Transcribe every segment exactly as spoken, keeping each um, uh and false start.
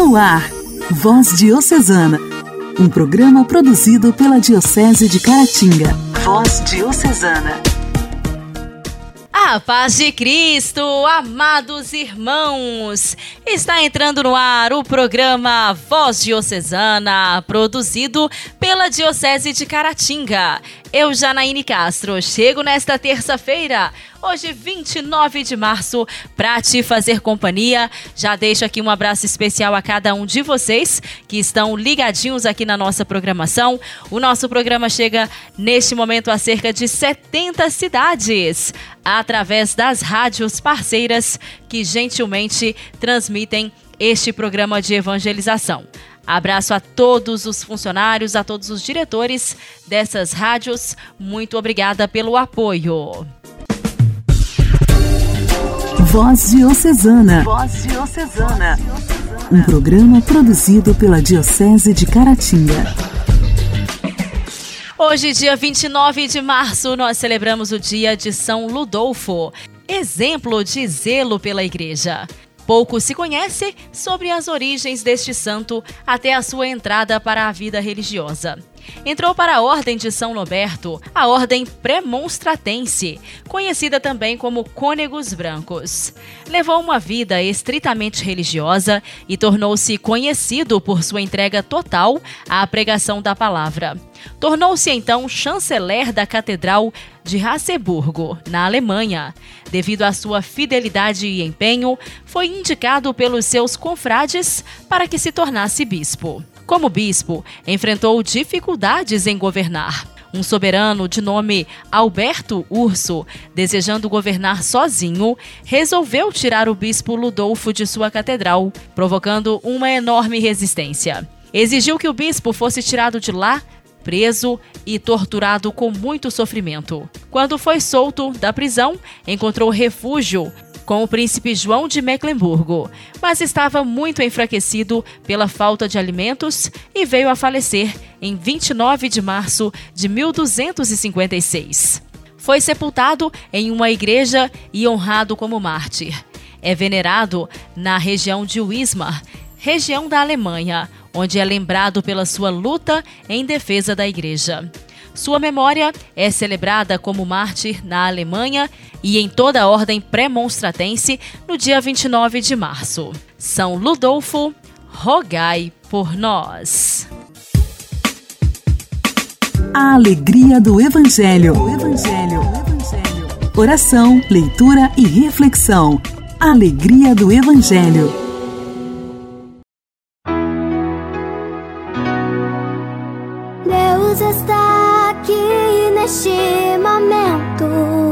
No ar, Voz Diocesana, um programa produzido pela Diocese de Caratinga. Voz Diocesana. A paz de Cristo, amados irmãos! Está entrando no ar o programa Voz Diocesana, produzido pela Diocese de Caratinga. Eu, Janaíne Castro, chego nesta terça-feira, hoje vinte e nove de março, para te fazer companhia. Já deixo aqui um abraço especial a cada um de vocês que estão ligadinhos aqui na nossa programação. O nosso programa chega neste momento a cerca de setenta cidades, através das rádios parceiras que gentilmente transmitem este programa de evangelização. Abraço a todos os funcionários, a todos os diretores dessas rádios. Muito obrigada pelo apoio. Voz Diocesana. Voz Diocesana. Um programa produzido pela Diocese de Caratinga. Hoje, dia vinte e nove de março, nós celebramos o dia de São Ludolfo, exemplo de zelo pela Igreja. Pouco se conhece sobre as origens deste santo até a sua entrada para a vida religiosa. Entrou para a Ordem de São Noberto, a Ordem Premonstratense, conhecida também como Cônegos Brancos. Levou uma vida estritamente religiosa e tornou-se conhecido por sua entrega total à pregação da palavra. Tornou-se então chanceler da Catedral de Rasseburgo, na Alemanha. Devido à sua fidelidade e empenho, foi indicado pelos seus confrades para que se tornasse bispo. Como bispo, enfrentou dificuldades em governar. Um soberano de nome Alberto Urso, desejando governar sozinho, resolveu tirar o bispo Ludolfo de sua catedral, provocando uma enorme resistência. Exigiu que o bispo fosse tirado de lá, preso e torturado com muito sofrimento. Quando foi solto da prisão, encontrou refúgio com o príncipe João de Mecklemburgo, mas estava muito enfraquecido pela falta de alimentos e veio a falecer em vinte e nove de março de mil duzentos e cinquenta e seis. Foi sepultado em uma igreja e honrado como mártir. É venerado na região de Wismar, região da Alemanha, onde é lembrado pela sua luta em defesa da igreja. Sua memória é celebrada como mártir na Alemanha e em toda a ordem pré-monstratense no dia vinte e nove de março. São Ludolfo, rogai por nós. A alegria do Evangelho. O Evangelho. O Evangelho. Oração, leitura e reflexão. Alegria do Evangelho. Deus está aqui neste momento.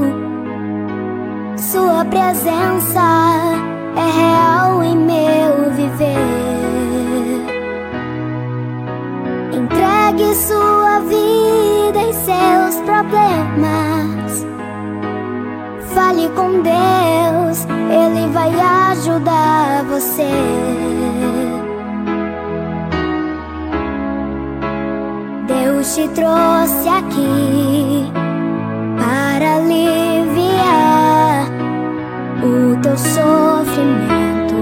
Sua presença é real em meu viver. Entregue sua vida e seus problemas. Fale com Deus, Ele vai ajudar você. Deus te trouxe aqui para aliviar o teu sofrimento.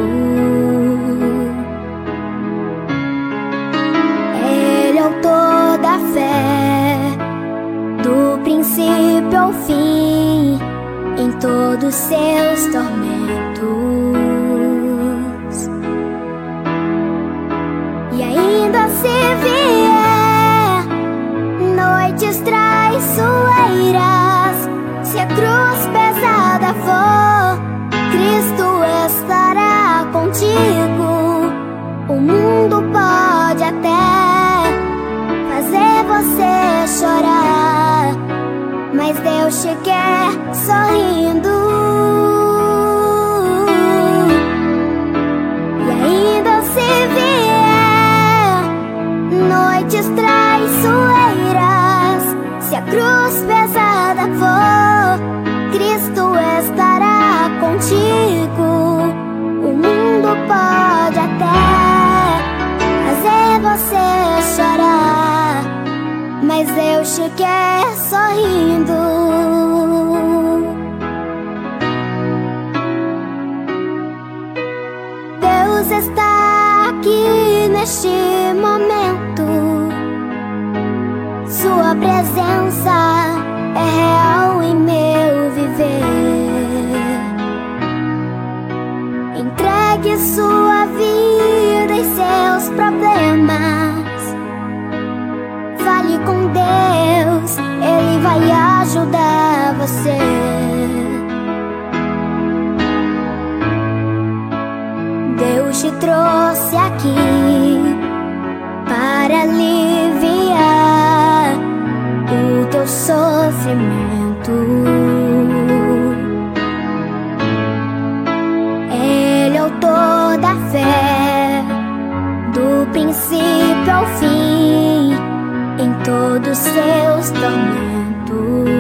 Ele é o autor da fé, do princípio ao fim, em todos seus tormentos. E ainda se vier noites traiçoeiras, se a cruz pesada for, Cristo estará contigo. O mundo pode até fazer você chorar, mas Deus te quer sorrindo. E ainda se vier noites traiçoeiras, se a cruz pesada for, Cristo estará contigo. O mundo pode até fazer você chorar, mas Deus te quer sorrindo. Deus está aqui neste momento. Sua presença é real em meu viver. Entregue sua vida e seus problemas. Fale com Deus, Ele vai ajudar você. Deus te trouxe aqui para aliviar o teu sofrimento. Ele é o autor da fé, do princípio ao fim, em todos os seus tormentos.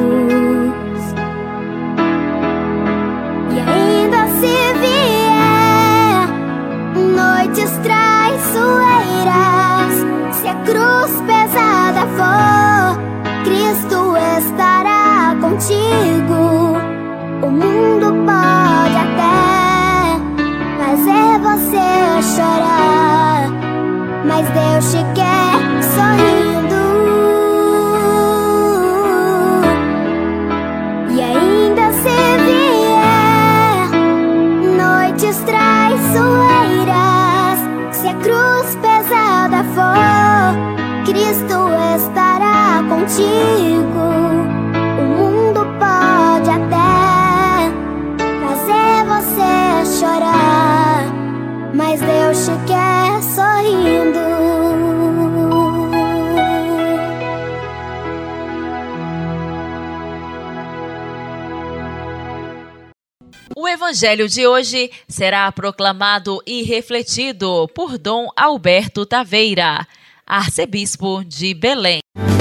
E ainda se vier noites traiçoeiras, se a cruz pesada for, Cristo estará contigo. O mundo pode até fazer você chorar, mas Deus te quer sorrindo. E ainda se vier noites traiçoeiras, se a cruz pesada for, Cristo estará contigo. O mundo pode até fazer você chorar, mas Deus te quer sorrindo. O Evangelho de hoje será proclamado e refletido por Dom Alberto Taveira, arcebispo de Belém.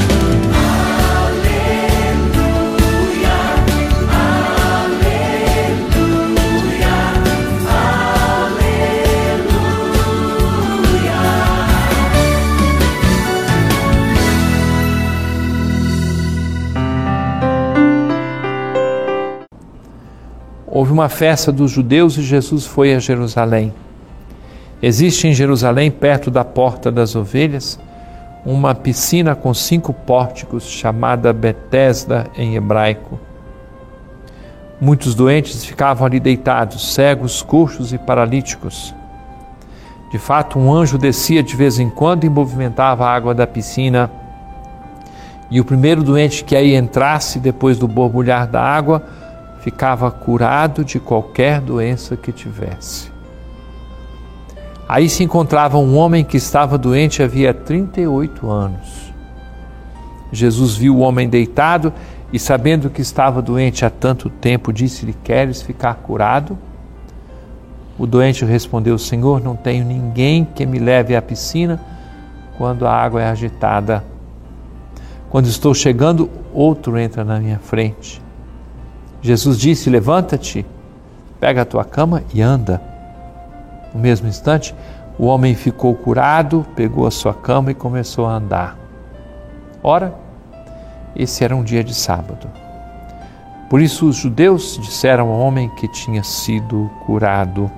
Houve uma festa dos judeus e Jesus foi a Jerusalém. Existe em Jerusalém, perto da Porta das Ovelhas, uma piscina com cinco pórticos, chamada Betesda em hebraico. Muitos doentes ficavam ali deitados, cegos, coxos e paralíticos. De fato, um anjo descia de vez em quando e movimentava a água da piscina. E o primeiro doente que aí entrasse, depois do borbulhar da água, ficava curado de qualquer doença que tivesse. Aí se encontrava um homem que estava doente havia trinta e oito anos. Jesus viu o homem deitado e, sabendo que estava doente há tanto tempo, disse-lhe: queres ficar curado? O doente respondeu: Senhor, não tenho ninguém que me leve à piscina quando a água é agitada. Quando estou chegando, outro entra na minha frente. Jesus disse: levanta-te, pega a tua cama e anda. No mesmo instante, o homem ficou curado, pegou a sua cama e começou a andar. Ora, esse era um dia de sábado. Por isso os judeus disseram ao homem que tinha sido curado: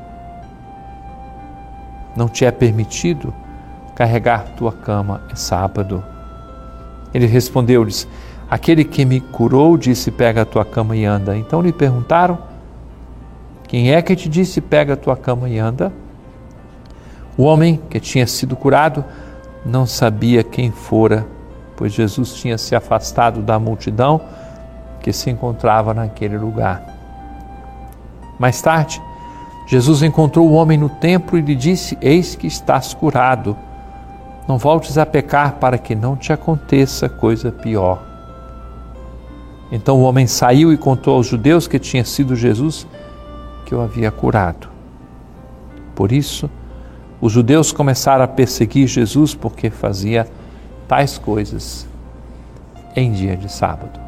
não te é permitido carregar tua cama, é sábado. Ele respondeu-lhes: aquele que me curou disse: pega a tua cama e anda. Então lhe perguntaram: quem é que te disse pega a tua cama e anda? O homem que tinha sido curado não sabia quem fora, pois Jesus tinha se afastado da multidão que se encontrava naquele lugar. Mais tarde, Jesus encontrou o homem no templo e lhe disse: eis que estás curado. Não voltes a pecar para que não te aconteça coisa pior. Então o homem saiu e contou aos judeus que tinha sido Jesus que o havia curado. Por isso, os judeus começaram a perseguir Jesus porque fazia tais coisas em dia de sábado.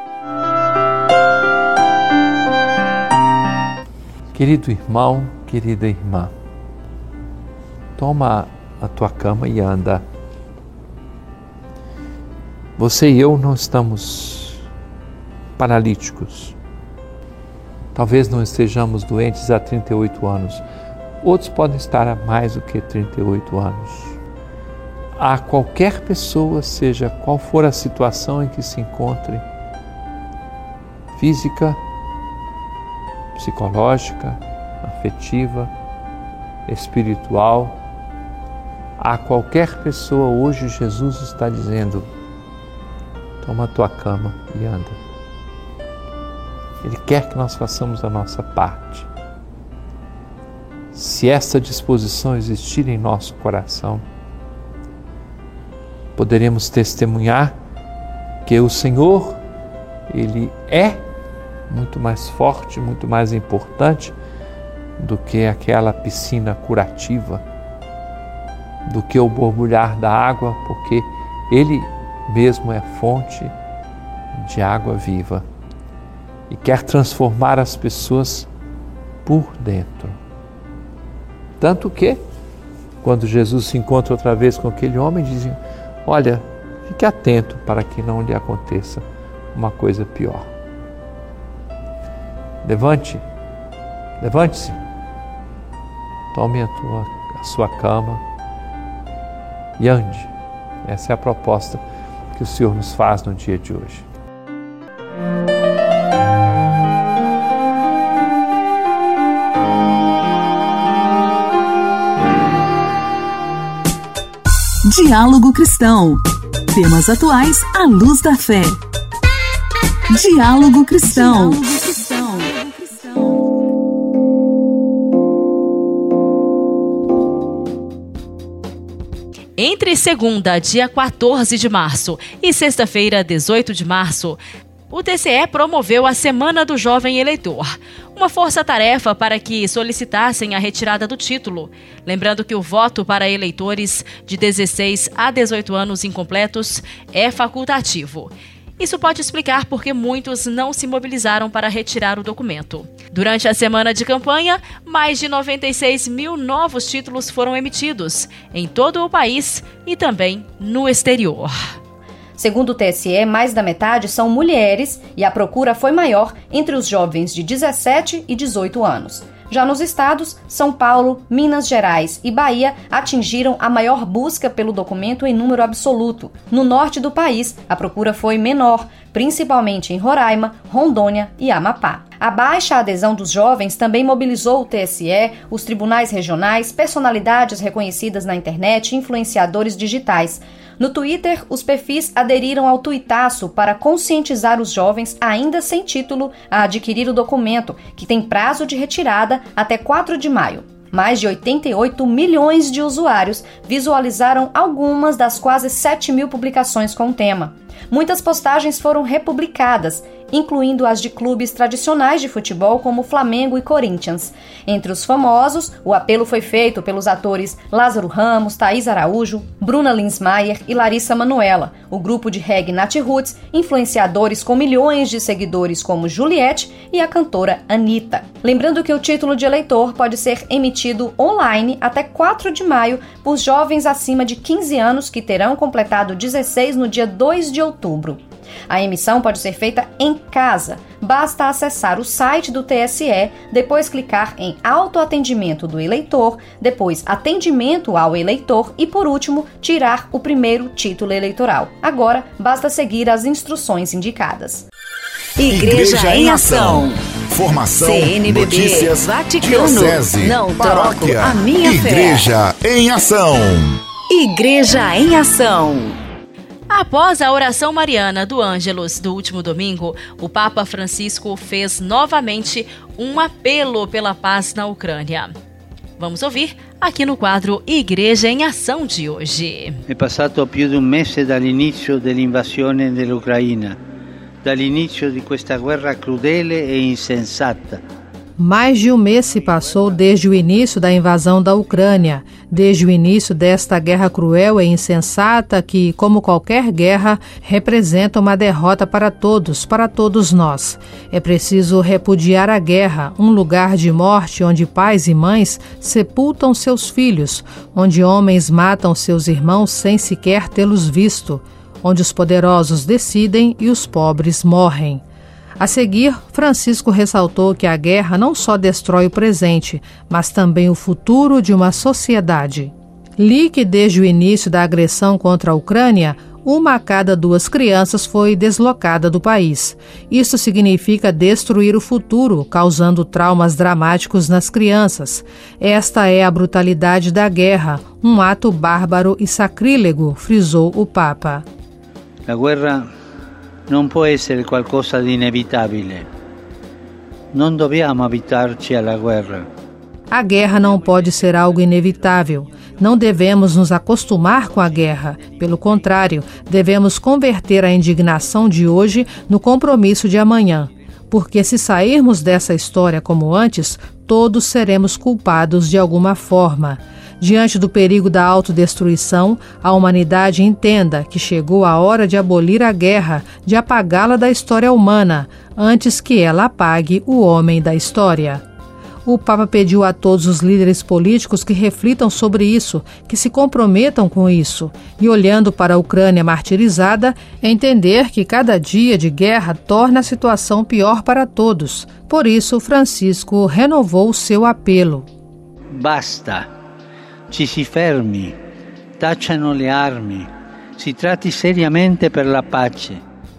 Querido irmão, querida irmã, toma a tua cama e anda. Você e eu não estamos paralíticos. Talvez não estejamos doentes há trinta e oito anos, outros podem estar há mais do que trinta e oito anos. A qualquer pessoa, seja qual for a situação em que se encontre, física, psicológica, afetiva, espiritual, a qualquer pessoa hoje Jesus está dizendo: toma a tua cama e anda. Ele quer que nós façamos a nossa parte. Se essa disposição existir em nosso coração, poderemos testemunhar que o Senhor, Ele é muito mais forte, muito mais importante do que aquela piscina curativa, do que o borbulhar da água, porque Ele mesmo é fonte de água viva e quer transformar as pessoas por dentro. Tanto que, quando Jesus se encontra outra vez com aquele homem, dizem: olha, fique atento para que não lhe aconteça uma coisa pior. Levante, levante-se, tome a, tua, a sua cama e ande. Essa é a proposta que o Senhor nos faz no dia de hoje. Diálogo Cristão. Temas atuais à luz da fé. Diálogo Cristão. Diálogo Cristão. Entre segunda, dia quatorze de março, e sexta-feira, dezoito de março, o T C E promoveu a Semana do Jovem Eleitor, uma força-tarefa para que solicitassem a retirada do título. Lembrando que o voto para eleitores de dezesseis a dezoito anos incompletos é facultativo. Isso pode explicar por que muitos não se mobilizaram para retirar o documento. Durante a semana de campanha, mais de noventa e seis mil novos títulos foram emitidos em todo o país e também no exterior. Segundo o T S E, mais da metade são mulheres e a procura foi maior entre os jovens de dezessete e dezoito anos. Já nos estados, São Paulo, Minas Gerais e Bahia atingiram a maior busca pelo documento em número absoluto. No norte do país, a procura foi menor, principalmente em Roraima, Rondônia e Amapá. A baixa adesão dos jovens também mobilizou o T S E, os tribunais regionais, personalidades reconhecidas na internet e influenciadores digitais. No Twitter, os perfis aderiram ao tuitaço para conscientizar os jovens ainda sem título a adquirir o documento, que tem prazo de retirada até quatro de maio. Mais de oitenta e oito milhões de usuários visualizaram algumas das quase sete mil publicações com o tema. Muitas postagens foram republicadas, incluindo as de clubes tradicionais de futebol como Flamengo e Corinthians. Entre os famosos, o apelo foi feito pelos atores Lázaro Ramos, Thaís Araújo, Bruna Linsmeyer e Larissa Manoela, o grupo de reggae Nat Roots, influenciadores com milhões de seguidores como Juliette e a cantora Anitta. Lembrando que o título de eleitor pode ser emitido online até quatro de maio por jovens acima de quinze anos que terão completado dezesseis no dia dois de outubro. A emissão pode ser feita em casa. Basta acessar o site do T S E, depois clicar em autoatendimento do eleitor, depois atendimento ao eleitor e, por último, tirar o primeiro título eleitoral. Agora, basta seguir as instruções indicadas. Igreja, Igreja em Ação. Formação, C N B B, notícias, Vaticano, diocese, não paróquia, troco a minha Igreja fé. em Ação. Igreja em Ação. Após a oração mariana do Ângelus do último domingo, o Papa Francisco fez novamente um apelo pela paz na Ucrânia. Vamos ouvir aqui no quadro Igreja em Ação de hoje. È passato più di un mese dall'inizio dell'invasione dell'Ucraina, dall'inizio di questa guerra crudele e insensata. Mais de um mês se passou desde o início da invasão da Ucrânia, desde o início desta guerra cruel e insensata que, como qualquer guerra, representa uma derrota para todos, para todos nós. É preciso repudiar a guerra, um lugar de morte onde pais e mães sepultam seus filhos, onde homens matam seus irmãos sem sequer tê-los visto, onde os poderosos decidem e os pobres morrem. A seguir, Francisco ressaltou que a guerra não só destrói o presente, mas também o futuro de uma sociedade. Li que desde o início da agressão contra a Ucrânia, uma a cada duas crianças foi deslocada do país. Isso significa destruir o futuro, causando traumas dramáticos nas crianças. Esta é a brutalidade da guerra, um ato bárbaro e sacrílego, frisou o Papa. A guerra non può essere qualcosa di inevitabile. Non dobbiamo abituarci alla guerra. A guerra não pode ser algo inevitável. Não devemos nos acostumar com a guerra. Pelo contrário, devemos converter a indignação de hoje no compromisso de amanhã. Porque se sairmos dessa história como antes, todos seremos culpados de alguma forma. Diante do perigo da autodestruição, a humanidade entenda que chegou a hora de abolir a guerra, de apagá-la da história humana, antes que ela apague o homem da história. O Papa pediu a todos os líderes políticos que reflitam sobre isso, que se comprometam com isso e, olhando para a Ucrânia martirizada, entender que cada dia de guerra torna a situação pior para todos. Por isso, Francisco renovou seu apelo. Basta, ci si fermi, tacciano le armi, si tratti seriamente per la pace.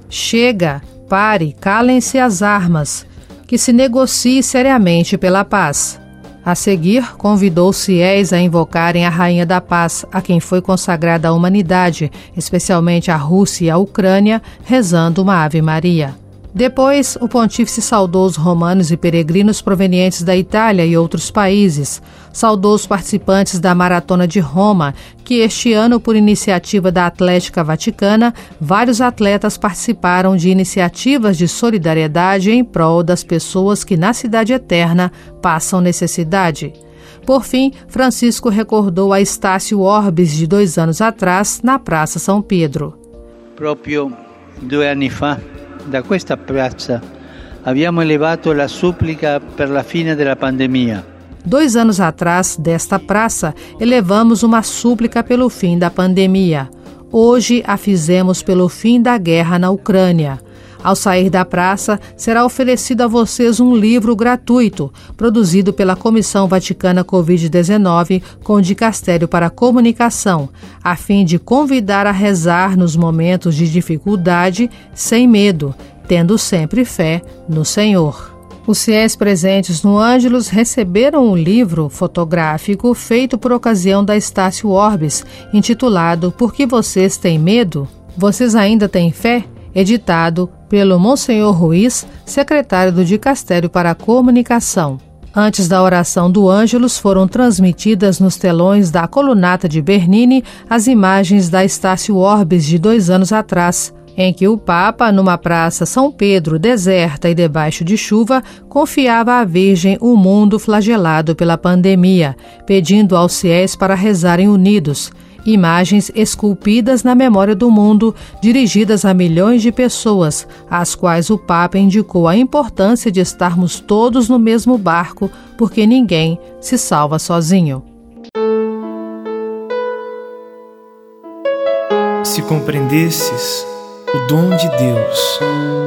Chega, pare, calem-se as armas. Que se negocie seriamente pela paz. A seguir, convidou os fiéis a invocarem a Rainha da Paz, a quem foi consagrada a humanidade, especialmente a Rússia e a Ucrânia, rezando uma Ave Maria. Depois, o pontífice saudou os romanos e peregrinos provenientes da Itália e outros países. Saudou os participantes da Maratona de Roma, que este ano, por iniciativa da Atlética Vaticana, vários atletas participaram de iniciativas de solidariedade em prol das pessoas que na Cidade Eterna passam necessidade. Por fim, Francisco recordou a Estácio Orbis de dois anos atrás, na Praça São Pedro. Proprio due anni fa, da questa piazza abbiamo elevato la supplica per la fine della pandemia. Dois anos atrás, desta praça, elevamos uma súplica pelo fim da pandemia. Hoje a fizemos pelo fim da guerra na Ucrânia. Ao sair da praça, será oferecido a vocês um livro gratuito, produzido pela Comissão Vaticana covid dezenove com o Dicastério para a Comunicação, a fim de convidar a rezar nos momentos de dificuldade, sem medo, tendo sempre fé no Senhor. Os fiéis presentes no Ângelus receberam um livro fotográfico feito por ocasião da Estácio Orbis, intitulado Por que vocês têm medo? Vocês ainda têm fé? Editado pelo Monsenhor Ruiz, secretário do Dicastério para a Comunicação. Antes da oração do Ângelus, foram transmitidas nos telões da Colunata de Bernini as imagens da Estácio Orbis de dois anos atrás, em que o Papa, numa praça São Pedro deserta e debaixo de chuva, confiava à Virgem o mundo flagelado pela pandemia, pedindo aos fiéis para rezarem unidos. Imagens esculpidas na memória do mundo, dirigidas a milhões de pessoas, às quais o Papa indicou a importância de estarmos todos no mesmo barco, porque ninguém se salva sozinho. Se compreendesses o dom de Deus,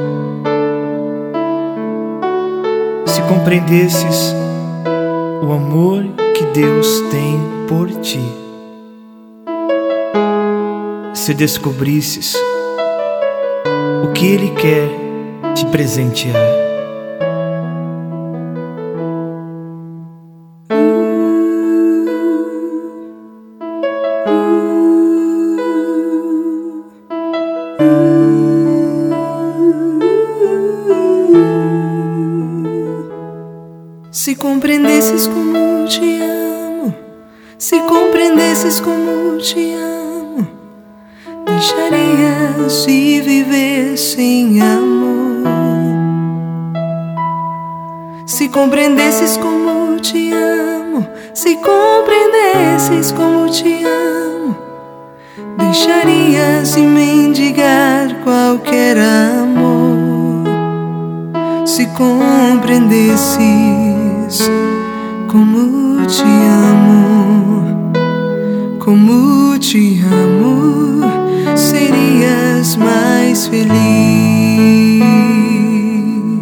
se compreendesses o amor que Deus tem por ti, se descobrisses o que Ele quer te presentear. Se compreendesses como te amo, se compreendesses como te amo, deixarias de viver sem amor. Se compreendesses como te amo, se compreendesses como te amo, deixarias de mendigar qualquer amor. Se compreendesses como te amo, como te amo, serias mais feliz.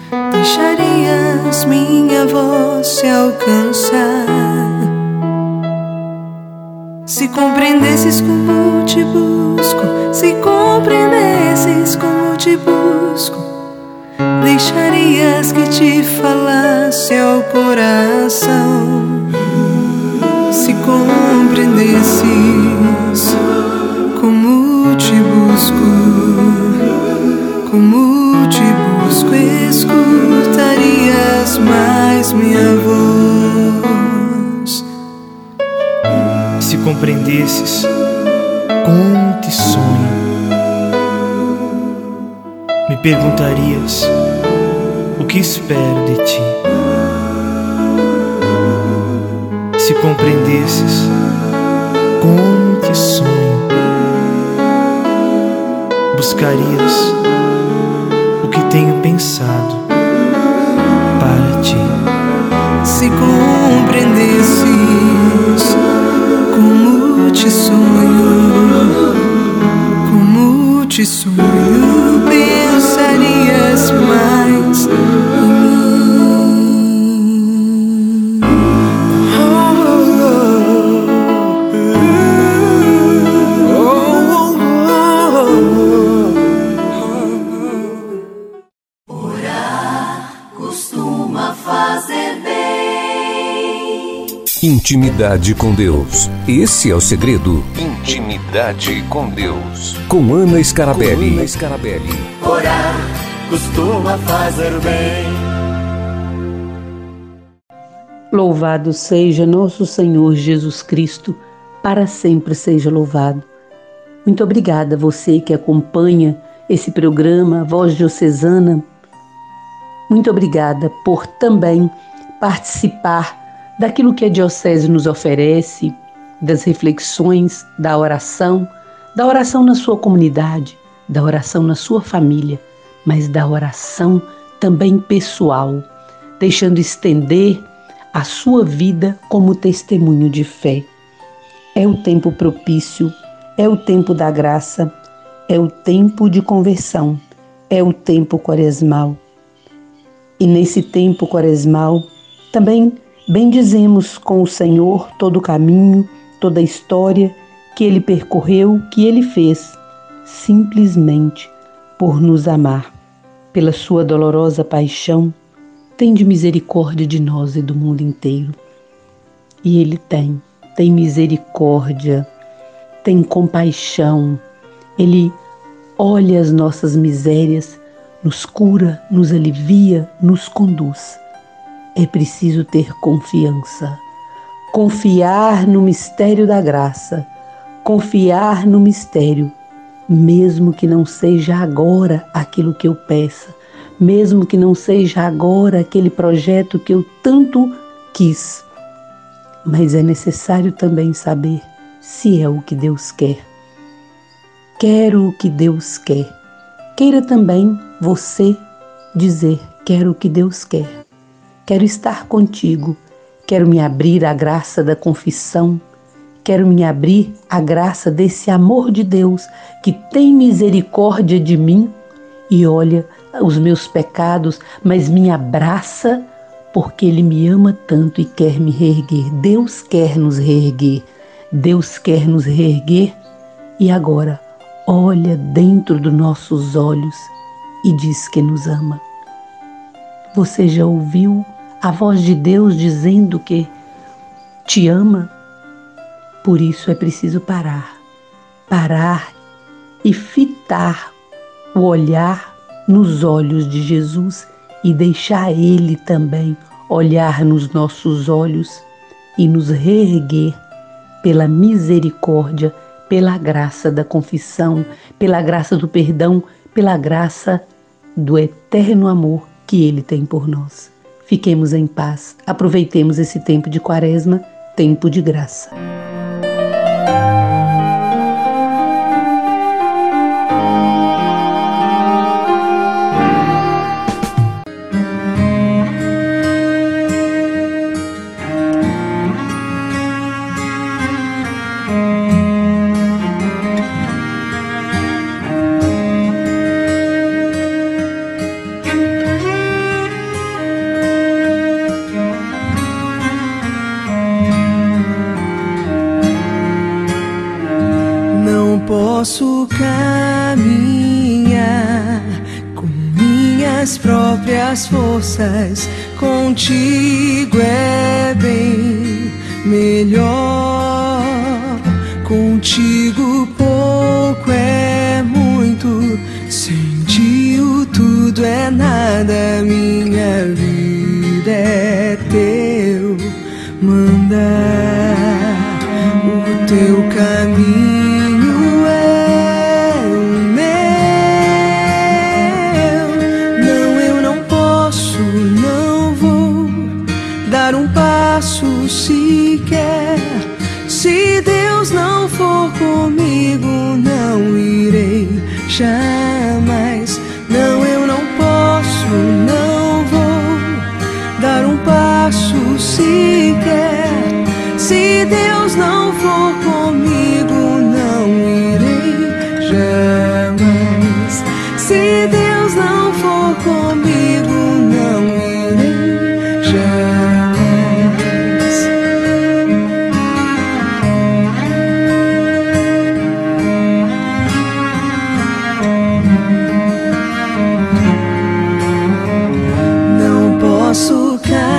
deixarias minha voz se alcançar? Se compreendesses como te busco, se compreendesses como te busco, deixarias que te falasse ao coração. Se compreendesses como te busco, como te busco, escutarias mais minha voz. Se compreendesses como te sonho, me perguntarias o que espero de ti. Se compreendesses como te sonho, buscarias o que tenho pensado para ti. Se compreendesses como te sonho, como te sonho, pensarias mais em mim. Intimidade com Deus. Esse é o segredo. Intimidade com Deus. Com Ana Scarabelli. Com Ana Scarabelli. Orar costuma fazer bem. Louvado seja nosso Senhor Jesus Cristo, para sempre seja louvado. Muito obrigada a você que acompanha esse programa, Voz Diocesana. Muito obrigada por também participar daquilo que a Diocese nos oferece, das reflexões, da oração, da oração na sua comunidade, da oração na sua família, mas da oração também pessoal, deixando estender a sua vida como testemunho de fé. É o tempo propício, é o tempo da graça, é o tempo de conversão, é o tempo quaresmal. E nesse tempo quaresmal, também bendizemos com o Senhor todo o caminho, toda a história que Ele percorreu, que Ele fez, simplesmente por nos amar. Pela sua dolorosa paixão, tende misericórdia de nós e do mundo inteiro. E Ele tem, tem misericórdia, tem compaixão. Ele olha as nossas misérias, nos cura, nos alivia, nos conduz. É preciso ter confiança, confiar no mistério da graça, confiar no mistério, mesmo que não seja agora aquilo que eu peça, mesmo que não seja agora aquele projeto que eu tanto quis. Mas é necessário também saber se é o que Deus quer. Quero o que Deus quer. Queira também você dizer: quero o que Deus quer. Quero estar contigo, quero me abrir à graça da confissão, quero me abrir à graça desse amor de Deus que tem misericórdia de mim e olha os meus pecados, mas me abraça porque Ele me ama tanto e quer me reerguer. Deus quer nos reerguer, Deus quer nos reerguer e agora olha dentro dos nossos olhos e diz que nos ama. Você já ouviu a voz de Deus dizendo que te ama? Por isso é preciso parar, parar e fitar o olhar nos olhos de Jesus e deixar Ele também olhar nos nossos olhos e nos reerguer pela misericórdia, pela graça da confissão, pela graça do perdão, pela graça do eterno amor que Ele tem por nós. Fiquemos em paz, aproveitemos esse tempo de Quaresma, tempo de graça. próprias forças, contigo é bem melhor. Contigo pouco é muito, sem ti o tudo é nada. Minha vida é teu mandar, o teu caminho é o meu. Não, eu não posso, não vou dar um passo sequer. Se Deus não for comigo, não irei jamais. Não, eu não posso, não vou dar um passo sequer. Se Deus não for comigo, não irei jamais. Se Deus não for comigo, não irei jamais. Não posso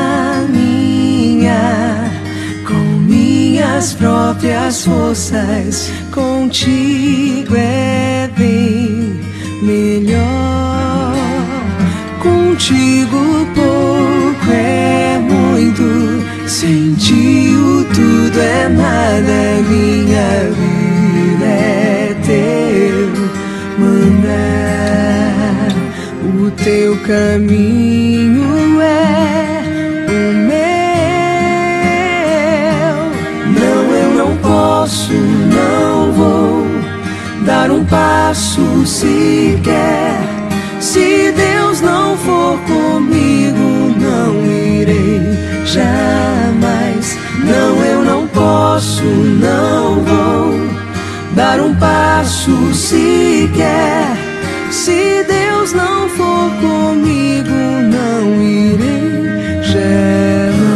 caminhar com minhas próprias forças, contigo é bem melhor. Contigo pouco é muito, sem ti o tudo é nada. Minha vida é teu mandar, o teu caminho é o meu. Não, eu não posso, não vou dar um passo sequer. Se Deus não for comigo, não irei jamais. Não, eu não posso, não vou dar um passo sequer. Se Deus não for comigo, não irei jamais.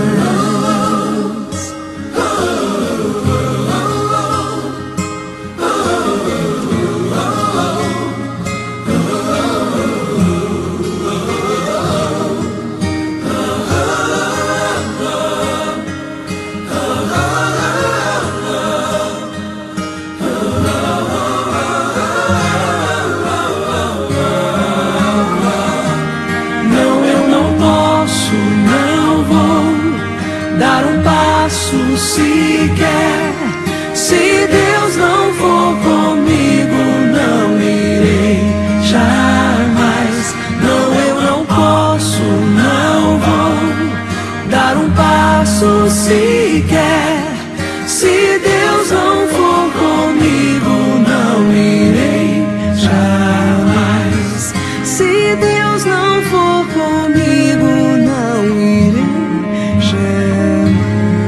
Sequer. Se Deus não for comigo, não irei jamais. Não, eu não posso, não vou dar um passo sequer. Se Deus não for comigo, não irei jamais. Se Deus não for comigo, não irei jamais.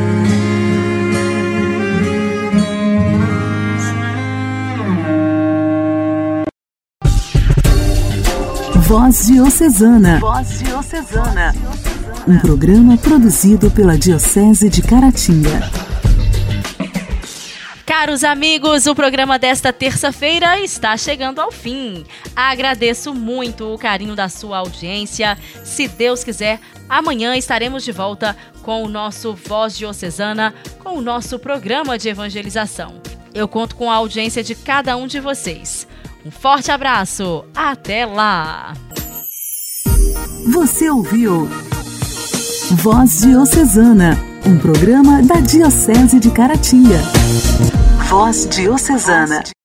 Voz Diocesana. Voz Diocesana. Um programa produzido pela Diocese de Caratinga. Caros amigos, o programa desta terça-feira está chegando ao fim. Agradeço muito o carinho da sua audiência. Se Deus quiser, amanhã estaremos de volta com o nosso Voz Diocesana, com o nosso programa de evangelização. Eu conto com a audiência de cada um de vocês. Um forte abraço. Até lá. Você ouviu Voz Diocesana, um programa da Diocese de Caratinga. Voz Diocesana.